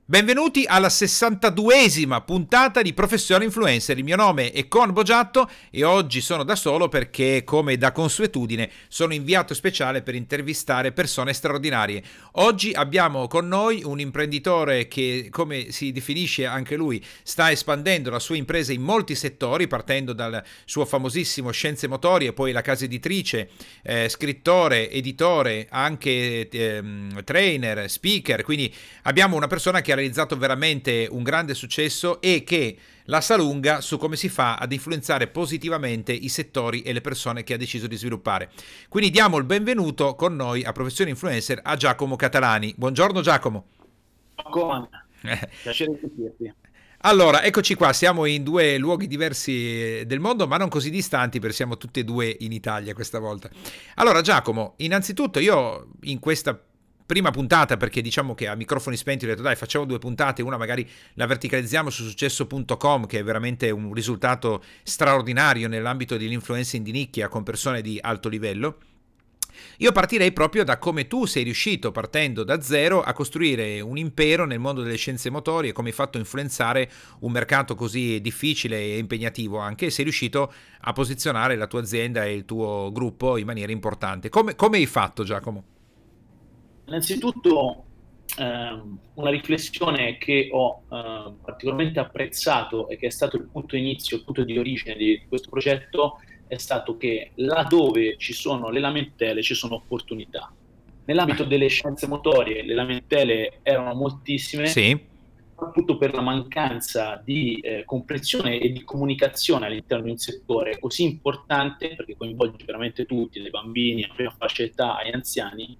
Benvenuti alla 62esima puntata di Professione Influencer. Il mio nome è Con Boggiatto e oggi sono da solo perché, come da consuetudine, sono inviato speciale per intervistare persone straordinarie. Oggi abbiamo con noi un imprenditore che, come si definisce anche lui, sta espandendo la sua impresa in molti settori, partendo dal suo famosissimo Scienze Motorie, poi la casa editrice, scrittore, editore, anche trainer, speaker. Quindi abbiamo una persona che ha realizzato veramente un grande successo e che la sa lunga su come si fa ad influenzare positivamente i settori e le persone che ha deciso di sviluppare. Quindi diamo il benvenuto con noi a Professione Influencer a Giacomo Catalani. Buongiorno Giacomo. Con piacere sentirti. Allora, eccoci qua, siamo in due luoghi diversi del mondo, ma non così distanti perché siamo tutti e due in Italia questa volta. Allora, Giacomo, innanzitutto io in questa prima puntata, perché diciamo che a microfoni spenti ho detto dai, facciamo due puntate, una magari la verticalizziamo su successo.com, che è veramente un risultato straordinario nell'ambito dell'influencing di nicchia con persone di alto livello. Io partirei proprio da come tu sei riuscito, partendo da zero, a costruire un impero nel mondo delle scienze motorie e come hai fatto a influenzare un mercato così difficile e impegnativo anche, e sei riuscito a posizionare la tua azienda e il tuo gruppo in maniera importante. Come hai fatto, Giacomo? Innanzitutto, una riflessione che ho particolarmente apprezzato e che è stato il punto inizio, il punto di origine di questo progetto, è stato che laddove ci sono le lamentele ci sono opportunità. Nell'ambito delle scienze motorie le lamentele erano moltissime, Sì, soprattutto per la mancanza di comprensione e di comunicazione all'interno di un settore così importante, perché coinvolge veramente tutti, dai bambini a prima fascia età ai anziani,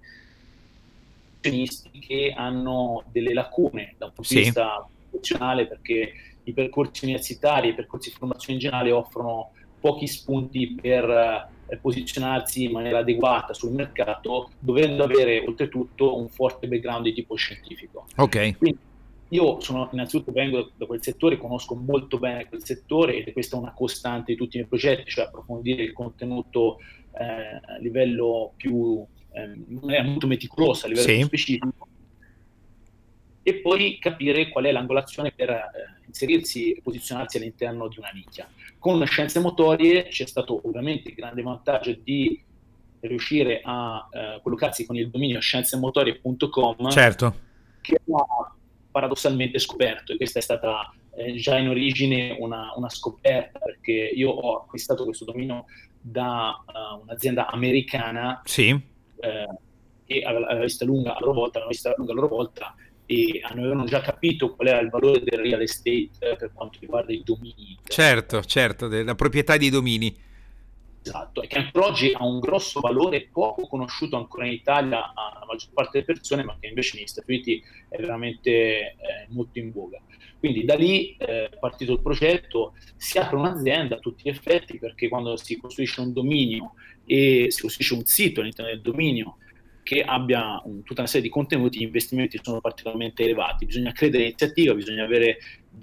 che hanno delle lacune da un punto di sì, vista professionale, perché i percorsi universitari e i percorsi di formazione in generale offrono pochi spunti per posizionarsi in maniera adeguata sul mercato, dovendo avere oltretutto un forte background di tipo scientifico. ok. Quindi io innanzitutto vengo da quel settore, conosco molto bene quel settore e questa è una costante di tutti i miei progetti, cioè approfondire il contenuto a livello più in maniera molto meticolosa, a livello più Sì, specifico, e poi capire qual è l'angolazione per inserirsi e posizionarsi all'interno di una nicchia. Con scienze motorie c'è stato ovviamente il grande vantaggio di riuscire a collocarsi con il dominio scienzemotorie.com, certo. che ha paradossalmente scoperto, e questa è stata già in origine una scoperta, perché io ho acquistato questo dominio da un'azienda americana Sì. che aveva vista lunga a loro volta, avevano vista lunga a loro volta, e avevano già capito qual era il valore del real estate per quanto riguarda i domini Certo, internet. certo, della proprietà dei domini. Esatto, e che ancora oggi ha un grosso valore poco conosciuto ancora in Italia alla maggior parte delle persone, ma che invece negli Stati Uniti è veramente molto in voga. Quindi da lì è partito il progetto, si apre un'azienda a tutti gli effetti, perché quando si costruisce un dominio e si costruisce un sito all'interno del dominio che abbia tutta una serie di contenuti, gli investimenti sono particolarmente elevati, bisogna credere in iniziativa, bisogna avere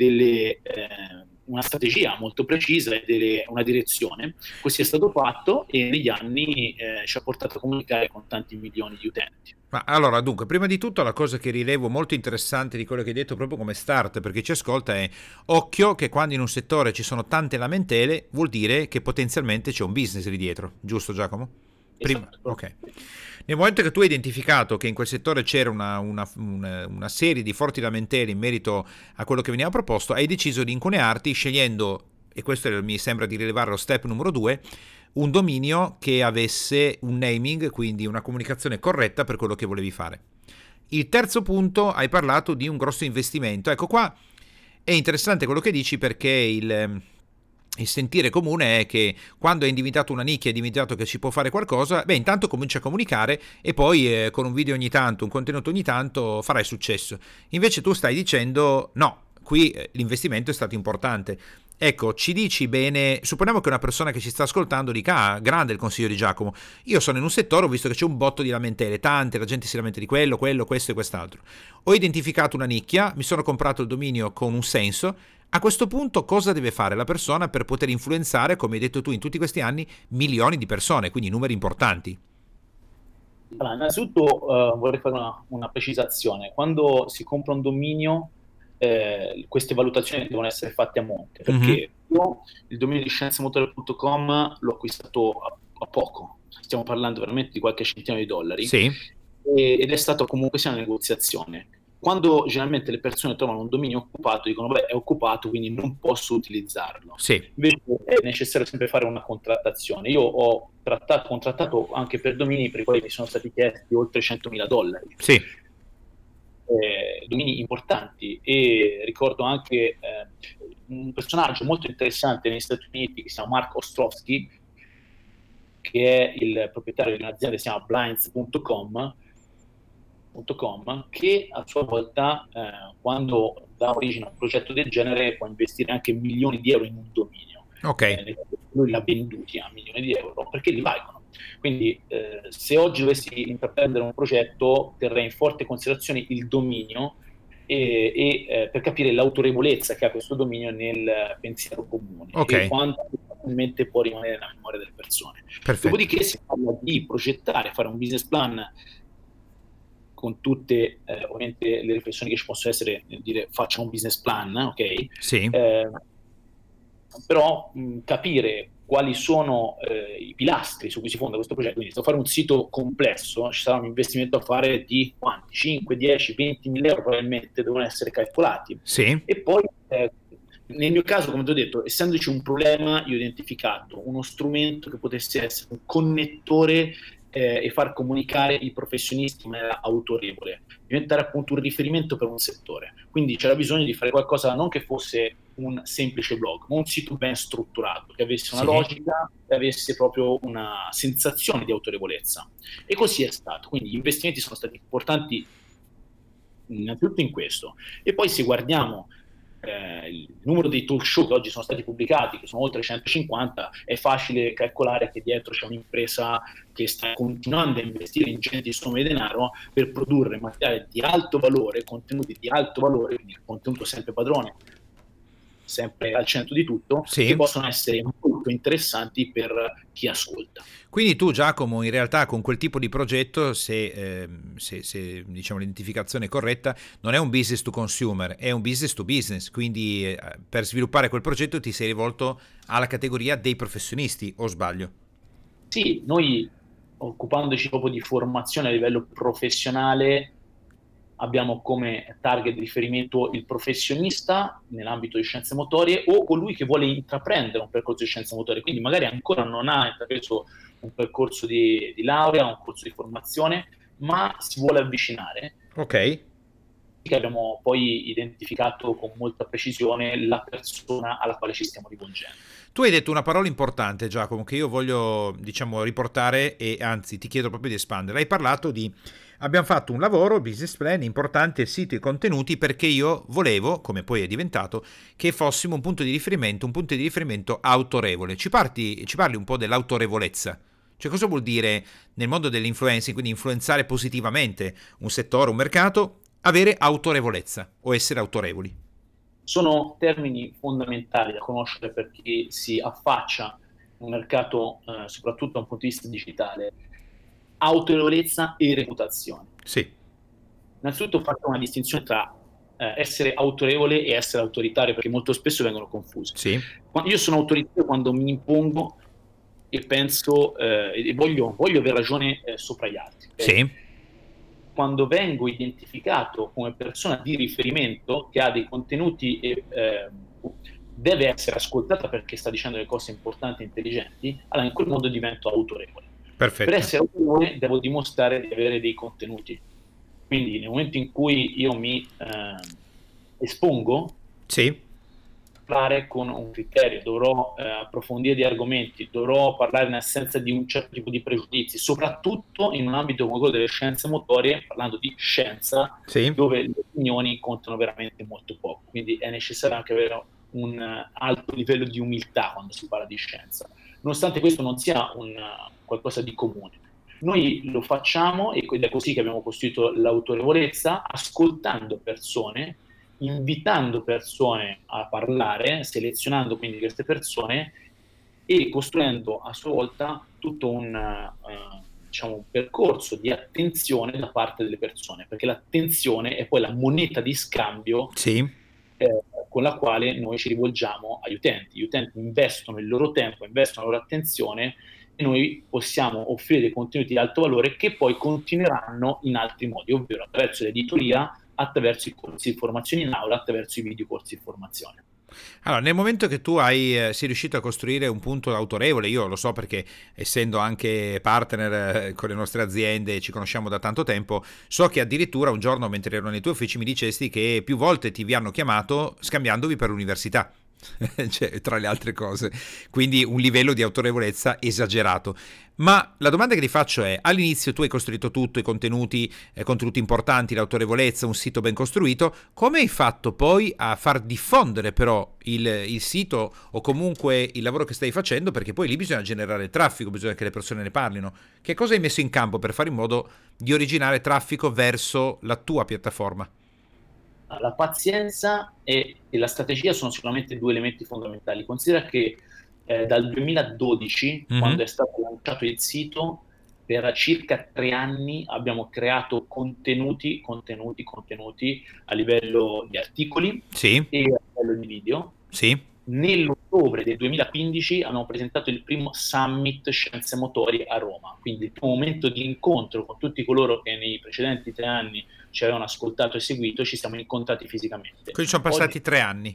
una strategia molto precisa e una direzione. Così è stato fatto e negli anni ci ha portato a comunicare con tanti milioni di utenti. Ma allora, dunque, prima di tutto la cosa che rilevo molto interessante di quello che hai detto proprio come start, perché ci ascolta, è occhio che quando in un settore ci sono tante lamentele, vuol dire che potenzialmente c'è un business lì dietro, giusto Giacomo? Prima, Esatto, ok. proprio. Nel momento che tu hai identificato che in quel settore c'era una serie di forti lamentele in merito a quello che veniva proposto, hai deciso di incunearti scegliendo, e questo mi sembra di rilevare lo step numero 2, un dominio che avesse un naming, quindi una comunicazione corretta per quello che volevi fare. Il terzo punto, hai parlato di un grosso investimento. Ecco qua è interessante quello che dici perché il sentire comune è che quando hai individuato una nicchia, hai individuato che si può fare qualcosa, beh, intanto cominci a comunicare e poi con un video ogni tanto, un contenuto ogni tanto farai successo. Invece tu stai dicendo no, qui l'investimento è stato importante. Ecco, ci dici bene, supponiamo che una persona che ci sta ascoltando dica, ah, grande il consiglio di Giacomo, io sono in un settore, ho visto che c'è un botto di lamentele, tante, la gente si lamenta di quello, questo e quest'altro. Ho identificato una nicchia, mi sono comprato il dominio con un senso, a questo punto cosa deve fare la persona per poter influenzare, come hai detto tu in tutti questi anni, milioni di persone, quindi numeri importanti? Allora, innanzitutto vorrei fare una precisazione. Quando si compra un dominio, queste valutazioni devono essere fatte a monte, Mhm. perché io il dominio di scienzemotorie.com l'ho acquistato a poco, stiamo parlando veramente di qualche centinaio di dollari, Sì, ed è stata comunque sia una negoziazione. Quando generalmente le persone trovano un dominio occupato, dicono, beh, è occupato, quindi non posso utilizzarlo. sì, Invece è necessario sempre fare una contrattazione. Io ho contrattato anche per domini per i quali mi sono stati chiesti oltre 100.000 dollari, sì. domini importanti, e ricordo anche un personaggio molto interessante negli Stati Uniti che si chiama Mark Ostrowski, che è il proprietario di un'azienda che si chiama blinds.com, che a sua volta, quando dà origine a un progetto del genere, può investire anche milioni di euro in un dominio. Ok, Lui l'ha venduti a milioni di euro perché li valgono. Quindi, se oggi dovessi intraprendere un progetto, terrei in forte considerazione il dominio per capire l'autorevolezza che ha questo dominio nel pensiero comune ok, e quanto facilmente può rimanere nella memoria delle persone. perfetto. Dopodiché si parla di progettare, fare un business plan con tutte ovviamente le riflessioni che ci possono essere nel dire facciamo un business plan, ok? Sì, Però capire quali sono i pilastri su cui si fonda questo progetto, quindi se fare un sito complesso ci sarà un investimento a fare di quanti? 5, 10, 20 mila euro probabilmente devono essere calcolati. sì, E poi nel mio caso, come ti ho detto, essendoci un problema, io ho identificato uno strumento che potesse essere un connettore e far comunicare i professionisti in maniera autorevole, diventare appunto un riferimento per un settore. Quindi c'era bisogno di fare qualcosa non che fosse un semplice blog, ma un sito ben strutturato, che avesse una sì. logica e avesse proprio una sensazione di autorevolezza. E così è stato. Quindi gli investimenti sono stati importanti innanzitutto in questo. E poi se guardiamo il numero dei talk show che oggi sono stati pubblicati, che sono oltre 150, è facile calcolare che dietro c'è un'impresa che sta continuando a investire ingenti somme di denaro per produrre materiale di alto valore, contenuti di alto valore, quindi il contenuto sempre padrone, sempre al centro di tutto, che Sì. possono essere molto interessanti per chi ascolta. Quindi tu, Giacomo, in realtà con quel tipo di progetto, se diciamo l'identificazione è corretta, non è un business to consumer, è un business to business. Quindi per sviluppare quel progetto ti sei rivolto alla categoria dei professionisti, o sbaglio? Sì, noi occupandoci proprio di formazione a livello professionale abbiamo come target di riferimento il professionista nell'ambito di scienze motorie o colui che vuole intraprendere un percorso di scienze motorie, quindi magari ancora non ha intrapreso un percorso di laurea, un corso di formazione, ma si vuole avvicinare, Ok. che abbiamo poi identificato con molta precisione la persona alla quale ci stiamo rivolgendo. Tu hai detto una parola importante, Giacomo, che io voglio, diciamo, riportare e anzi ti chiedo proprio di espandere. Hai parlato di abbiamo fatto un lavoro, business plan importante, sito e contenuti perché io volevo, come poi è diventato, che fossimo un punto di riferimento autorevole. Ci parli un po' dell'autorevolezza? Cioè cosa vuol dire nel mondo dell'influencing, quindi influenzare positivamente un settore, un mercato, avere autorevolezza o essere autorevoli? Sono termini fondamentali da conoscere per chi si affaccia un mercato, soprattutto da un punto di vista digitale. Autorevolezza e reputazione. Sì, Innanzitutto faccio una distinzione tra essere autorevole e essere autoritario, perché molto spesso vengono confuse. sì, Io sono autoritario quando mi impongo e penso e voglio avere ragione sopra gli altri. Okay? sì, Quando vengo identificato come persona di riferimento che ha dei contenuti e deve essere ascoltata perché sta dicendo delle cose importanti e intelligenti, allora in quel modo divento autorevole. Per perfetto. essere autorevole devo dimostrare di avere dei contenuti. Quindi nel momento in cui io mi espongo, Sì, parlare con un criterio, dovrò approfondire gli argomenti, dovrò parlare in assenza di un certo tipo di pregiudizi, soprattutto in un ambito come quello delle scienze motorie, parlando di scienza, sì. dove le opinioni contano veramente molto poco. Quindi è necessario anche avere un alto livello di umiltà quando si parla di scienza, nonostante questo non sia qualcosa di comune. Noi lo facciamo ed è così che abbiamo costruito l'autorevolezza, ascoltando persone, invitando persone a parlare, selezionando quindi queste persone e costruendo a sua volta tutto diciamo, un percorso di attenzione da parte delle persone, perché l'attenzione è poi la moneta di scambio Sì. con la quale noi ci rivolgiamo agli utenti. Gli utenti investono il loro tempo, investono la loro attenzione e noi possiamo offrire dei contenuti di alto valore che poi continueranno in altri modi, ovvero attraverso l'editoria, attraverso i corsi di formazione in aula, attraverso i video corsi di formazione. Allora, nel momento che tu sei riuscito a costruire un punto autorevole, io lo so perché essendo anche partner con le nostre aziende, ci conosciamo da tanto tempo, so che addirittura un giorno mentre ero nei tuoi uffici mi dicesti che più volte ti vi hanno chiamato scambiandovi per l'università. Cioè, tra le altre cose, quindi un livello di autorevolezza esagerato. Ma la domanda che ti faccio è: all'inizio tu hai costruito tutto, i contenuti, contenuti importanti, l'autorevolezza, un sito ben costruito, come hai fatto poi a far diffondere però il sito o comunque il lavoro che stai facendo? Perché poi lì bisogna generare traffico, bisogna che le persone ne parlino. Che cosa hai messo in campo per fare in modo di originare traffico verso la tua piattaforma? La pazienza e la strategia sono sicuramente due elementi fondamentali. Considera che dal 2012, Mm-hmm. quando è stato lanciato il sito, per circa 3 anni abbiamo creato contenuti a livello di articoli Sì, e a livello di video. sì. Nell'ottobre del 2015 abbiamo presentato il primo Summit Scienze Motorie a Roma, quindi il primo momento di incontro con tutti coloro che nei precedenti 3 anni ci avevano ascoltato e seguito, ci siamo incontrati fisicamente. Quindi sono Oggi passati 3 anni.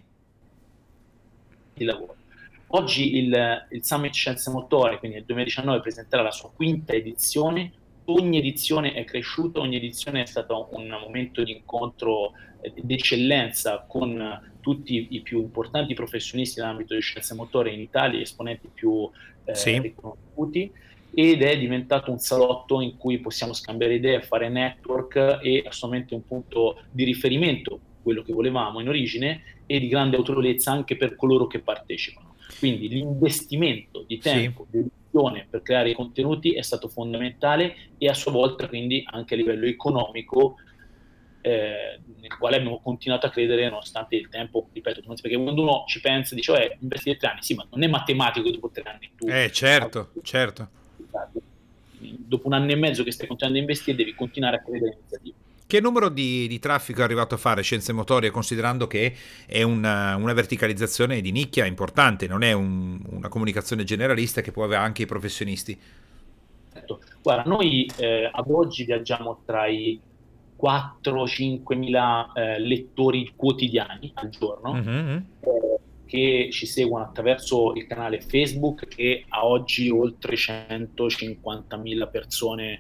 di lavoro. Oggi il Summit Scienze Motorie, quindi nel 2019, presenterà la sua quinta edizione. Ogni edizione è cresciuta, ogni edizione è stato un momento di incontro d'eccellenza con tutti i più importanti professionisti nell'ambito di scienze motorie in Italia, gli esponenti più Sì. riconosciuti, ed è diventato un salotto in cui possiamo scambiare idee, fare network e assolutamente un punto di riferimento, quello che volevamo in origine, e di grande autorevolezza anche per coloro che partecipano. Quindi l'investimento di Sì. tempo, dedizione per creare i contenuti è stato fondamentale e a sua volta quindi anche a livello economico nel quale abbiamo continuato a credere nonostante il tempo, ripeto, perché quando uno ci pensa dice investire 3 anni, sì, ma non è matematico che dopo 3 anni tu Certo, certo. dopo un anno e mezzo che stai continuando a investire devi continuare a credere in iniziative. Che numero di traffico è arrivato a fare scienze motorie, considerando che è una verticalizzazione di nicchia importante, non è una comunicazione generalista che può avere anche i professionisti? Guarda, noi ad oggi viaggiamo tra i 4-5 mila lettori quotidiani al giorno, Mm-hmm. che ci seguono attraverso il canale Facebook, che ha oggi oltre 150.000 persone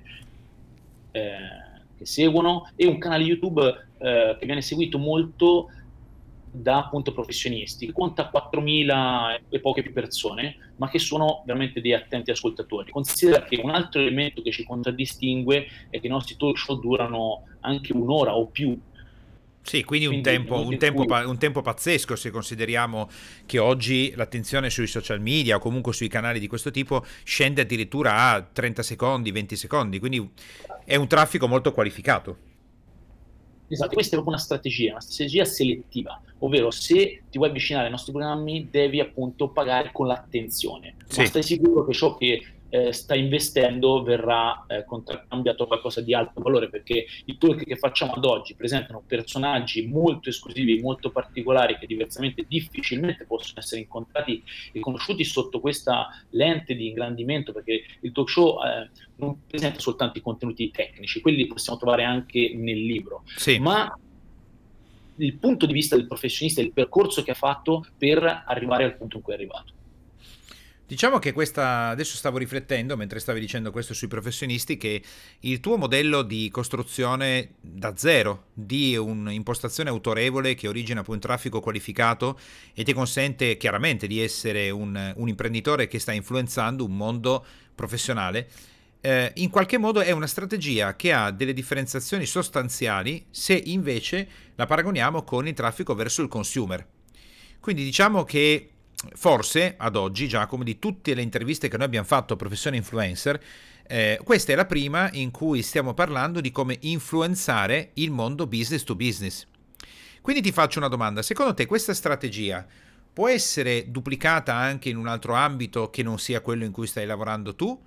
che seguono, e un canale YouTube che viene seguito molto da appunto professionisti, che conta 4.000 e poche più persone, ma che sono veramente dei attenti ascoltatori. Considera che un altro elemento che ci contraddistingue è che i nostri talk show durano anche un'ora o più. Sì, quindi un Quindi nel tempo, momento in cui un tempo pazzesco se consideriamo che oggi l'attenzione sui social media o comunque sui canali di questo tipo scende addirittura a 30 secondi, 20 secondi, quindi è un traffico molto qualificato. Esatto, questa è proprio una strategia selettiva, ovvero se ti vuoi avvicinare ai nostri programmi devi appunto pagare con l'attenzione, ma Sì. stai sicuro che ciò che stai investendo verrà contraccambiato a qualcosa di alto valore, perché i talk che facciamo ad oggi presentano personaggi molto esclusivi, molto particolari, che diversamente difficilmente possono essere incontrati e conosciuti sotto questa lente di ingrandimento, perché il talk show non presenta soltanto i contenuti tecnici, quelli li possiamo trovare anche nel libro, Sì. ma il punto di vista del professionista, il percorso che ha fatto per arrivare al punto in cui è arrivato. Diciamo che adesso stavo riflettendo mentre stavi dicendo questo sui professionisti, che il tuo modello di costruzione da zero di un'impostazione autorevole che origina poi un traffico qualificato e ti consente chiaramente di essere un imprenditore che sta influenzando un mondo professionale, in qualche modo è una strategia che ha delle differenziazioni sostanziali se invece la paragoniamo con il traffico verso il consumer. Quindi diciamo che forse ad oggi, Giacomo, di tutte le interviste che noi abbiamo fatto a professione influencer, questa è la prima in cui stiamo parlando di come influenzare il mondo business to business. Quindi ti faccio una domanda: secondo te questa strategia può essere duplicata anche in un altro ambito che non sia quello in cui stai lavorando tu?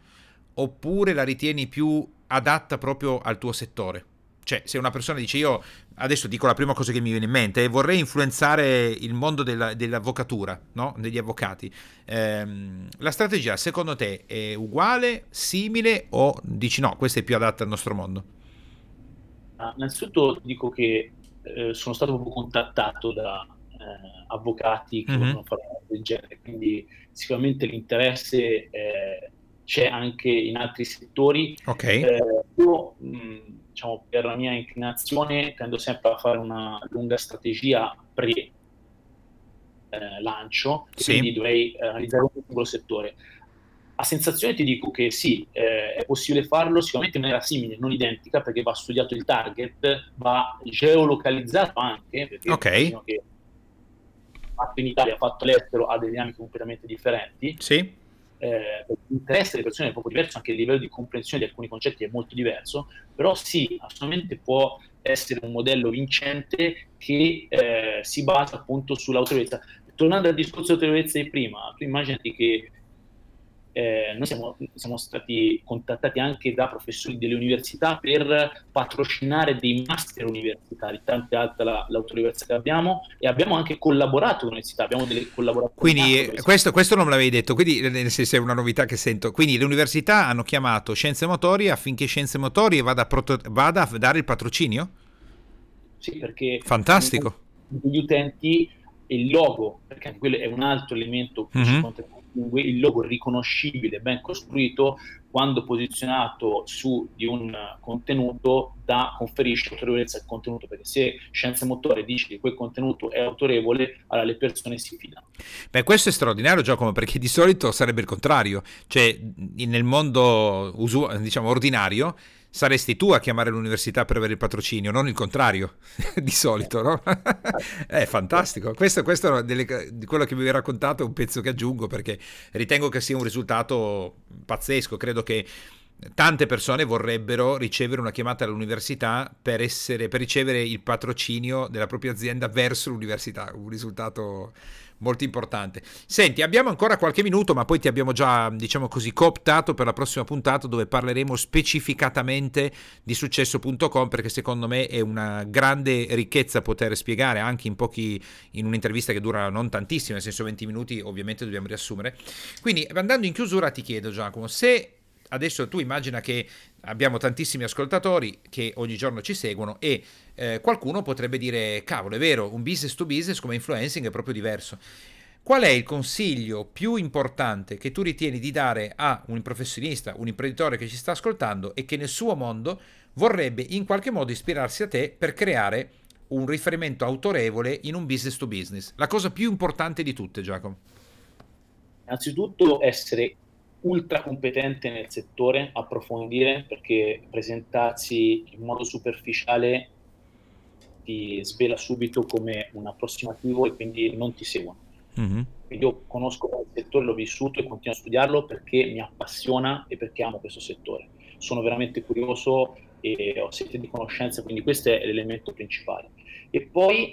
oppure la ritieni più adatta proprio al tuo settore? Cioè, se una persona dice io, adesso dico la prima cosa che mi viene in mente, vorrei influenzare il mondo dell'avvocatura, no? Degli avvocati, la strategia secondo te è uguale, simile o dici no, questa è più adatta al nostro mondo? Innanzitutto dico che sono stato proprio contattato da avvocati che Mhm. vogliono fare una cosa del genere, quindi sicuramente l'interesse c'è anche in altri settori. Ok, Io, diciamo, per la mia inclinazione tendo sempre a fare una lunga strategia pre-lancio, e quindi sì, dovrei analizzare un singolo settore. A sensazione ti dico che sì, è possibile farlo sicuramente in maniera simile, non identica, perché va studiato il target, va geolocalizzato anche, perché ok, immagino che fatto in Italia, fatto all'estero, ha delle dinamiche completamente differenti. sì. L'interesse delle persone è proprio diverso, anche il livello di comprensione di alcuni concetti è molto diverso, però sì, assolutamente può essere un modello vincente che si basa appunto sull'autorevolezza. Tornando al discorso dell'autorevolezza di prima, tu immaginati che noi siamo stati contattati anche da professori delle università per patrocinare dei master universitari, tante alta l'autorevolezza che abbiamo, e abbiamo anche collaborato con l'università, abbiamo delle collaborazioni in Quindi atto. Dove questo non me l'avevi detto, quindi nel senso è una novità che sento. Quindi le università hanno chiamato Scienze Motorie affinché Scienze Motorie vada a dare il patrocinio? Sì, perché nei confronti Fantastico. degli utenti il logo, perché anche quello è un altro elemento che ci Mhm. contraddistingue, il logo riconoscibile, ben costruito, quando posizionato su di un contenuto, conferisce autorevolezza al contenuto, perché se Scienze Motorie dice che quel contenuto è autorevole, allora le persone si fidano. Beh, questo è straordinario, Giacomo, perché di solito sarebbe il contrario. Cioè, nel mondo diciamo ordinario, saresti tu a chiamare l'università per avere il patrocinio, non il contrario, di solito, no? È fantastico. Questo di quello che mi hai raccontato è un pezzo che aggiungo perché ritengo che sia un risultato pazzesco. Credo che tante persone vorrebbero ricevere una chiamata all'università per ricevere il patrocinio della propria azienda verso l'università, un risultato molto importante. Senti, abbiamo ancora qualche minuto, ma poi ti abbiamo già, diciamo così, cooptato per la prossima puntata dove parleremo specificatamente di successo.com, perché secondo me è una grande ricchezza poter spiegare anche in un'intervista che dura non tantissimo, nel senso 20 minuti, ovviamente dobbiamo riassumere. Quindi, andando in chiusura, ti chiedo, Giacomo, se adesso tu immagina che abbiamo tantissimi ascoltatori che ogni giorno ci seguono e qualcuno potrebbe dire cavolo, è vero, un business to business come influencing è proprio diverso. Qual è il consiglio più importante che tu ritieni di dare a un professionista, un imprenditore che ci sta ascoltando e che nel suo mondo vorrebbe in qualche modo ispirarsi a te per creare un riferimento autorevole in un business to business? La cosa più importante di tutte, Giacomo. Innanzitutto essere ultra competente nel settore, approfondire, perché presentarsi in modo superficiale ti svela subito come un approssimativo e quindi non ti seguono. Mhm. Quindi io conosco il settore, l'ho vissuto e continuo a studiarlo perché mi appassiona e perché amo questo settore. Sono veramente curioso e ho sete di conoscenza, quindi questo è l'elemento principale. E poi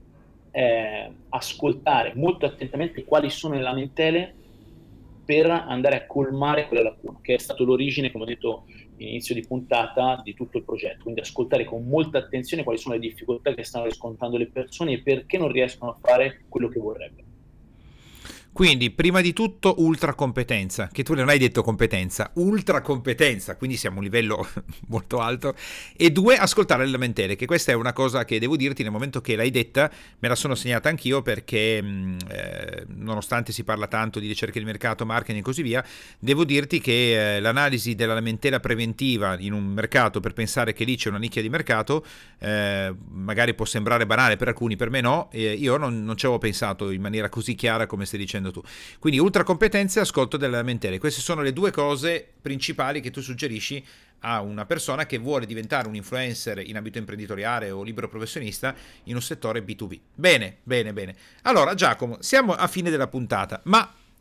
ascoltare molto attentamente quali sono le lamentele per andare a colmare quella lacuna, che è stato l'origine, come ho detto inizio di puntata, di tutto il progetto. Quindi ascoltare con molta attenzione quali sono le difficoltà che stanno riscontrando le persone e perché non riescono a fare quello che vorrebbero. Quindi, prima di tutto, ultra competenza, che tu non hai detto competenza, ultra competenza, quindi siamo a un livello molto alto. E due, ascoltare le lamentele, che questa è una cosa che devo dirti nel momento che l'hai detta, me la sono segnata anch'io perché, nonostante si parla tanto di ricerca di mercato, marketing e così via, devo dirti che l'analisi della lamentela preventiva in un mercato per pensare che lì c'è una nicchia di mercato, magari può sembrare banale per alcuni, per me no, io non ci avevo pensato in maniera così chiara come stai dicendo tu. Quindi ultra competenze e ascolto delle lamentele. Queste sono le due cose principali che tu suggerisci a una persona che vuole diventare un influencer in ambito imprenditoriale o libero professionista in un settore B2B. Bene, bene, bene. Allora Giacomo, siamo a fine della puntata, ma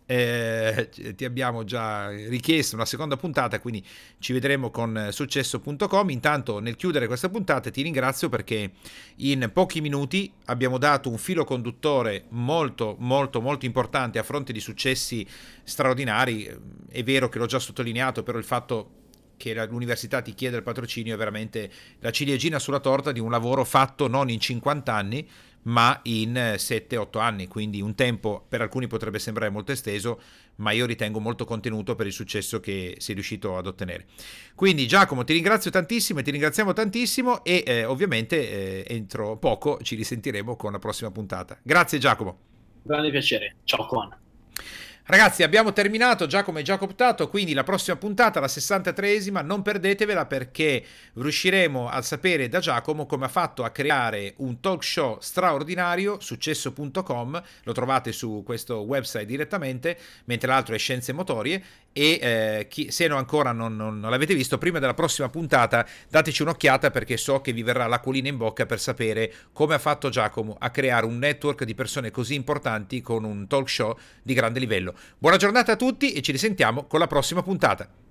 ti abbiamo già richiesto una seconda puntata, quindi ci vedremo con successo.com. Intanto, nel chiudere questa puntata, ti ringrazio perché in pochi minuti abbiamo dato un filo conduttore molto molto molto importante a fronte di successi straordinari. È vero che l'ho già sottolineato, però il fatto che l'università ti chiede il patrocinio è veramente la ciliegina sulla torta di un lavoro fatto non in 50 anni ma in 7-8 anni, quindi un tempo per alcuni potrebbe sembrare molto esteso, ma io ritengo molto contenuto per il successo che sei riuscito ad ottenere. Quindi Giacomo, ti ringrazio tantissimo e ti ringraziamo tantissimo e ovviamente entro poco ci risentiremo con la prossima puntata. Grazie Giacomo. Grande piacere, ciao Con. Ragazzi, abbiamo terminato Giacomo e Giacomo Tato, quindi la prossima puntata, la 63esima, non perdetevela perché riusciremo a sapere da Giacomo come ha fatto a creare un talk show straordinario, successo.com, lo trovate su questo website direttamente, mentre l'altro è Scienze Motorie, e se ancora non l'avete visto, prima della prossima puntata dateci un'occhiata perché so che vi verrà l'acquolina in bocca per sapere come ha fatto Giacomo a creare un network di persone così importanti con un talk show di grande livello. Buona giornata a tutti e ci risentiamo con la prossima puntata.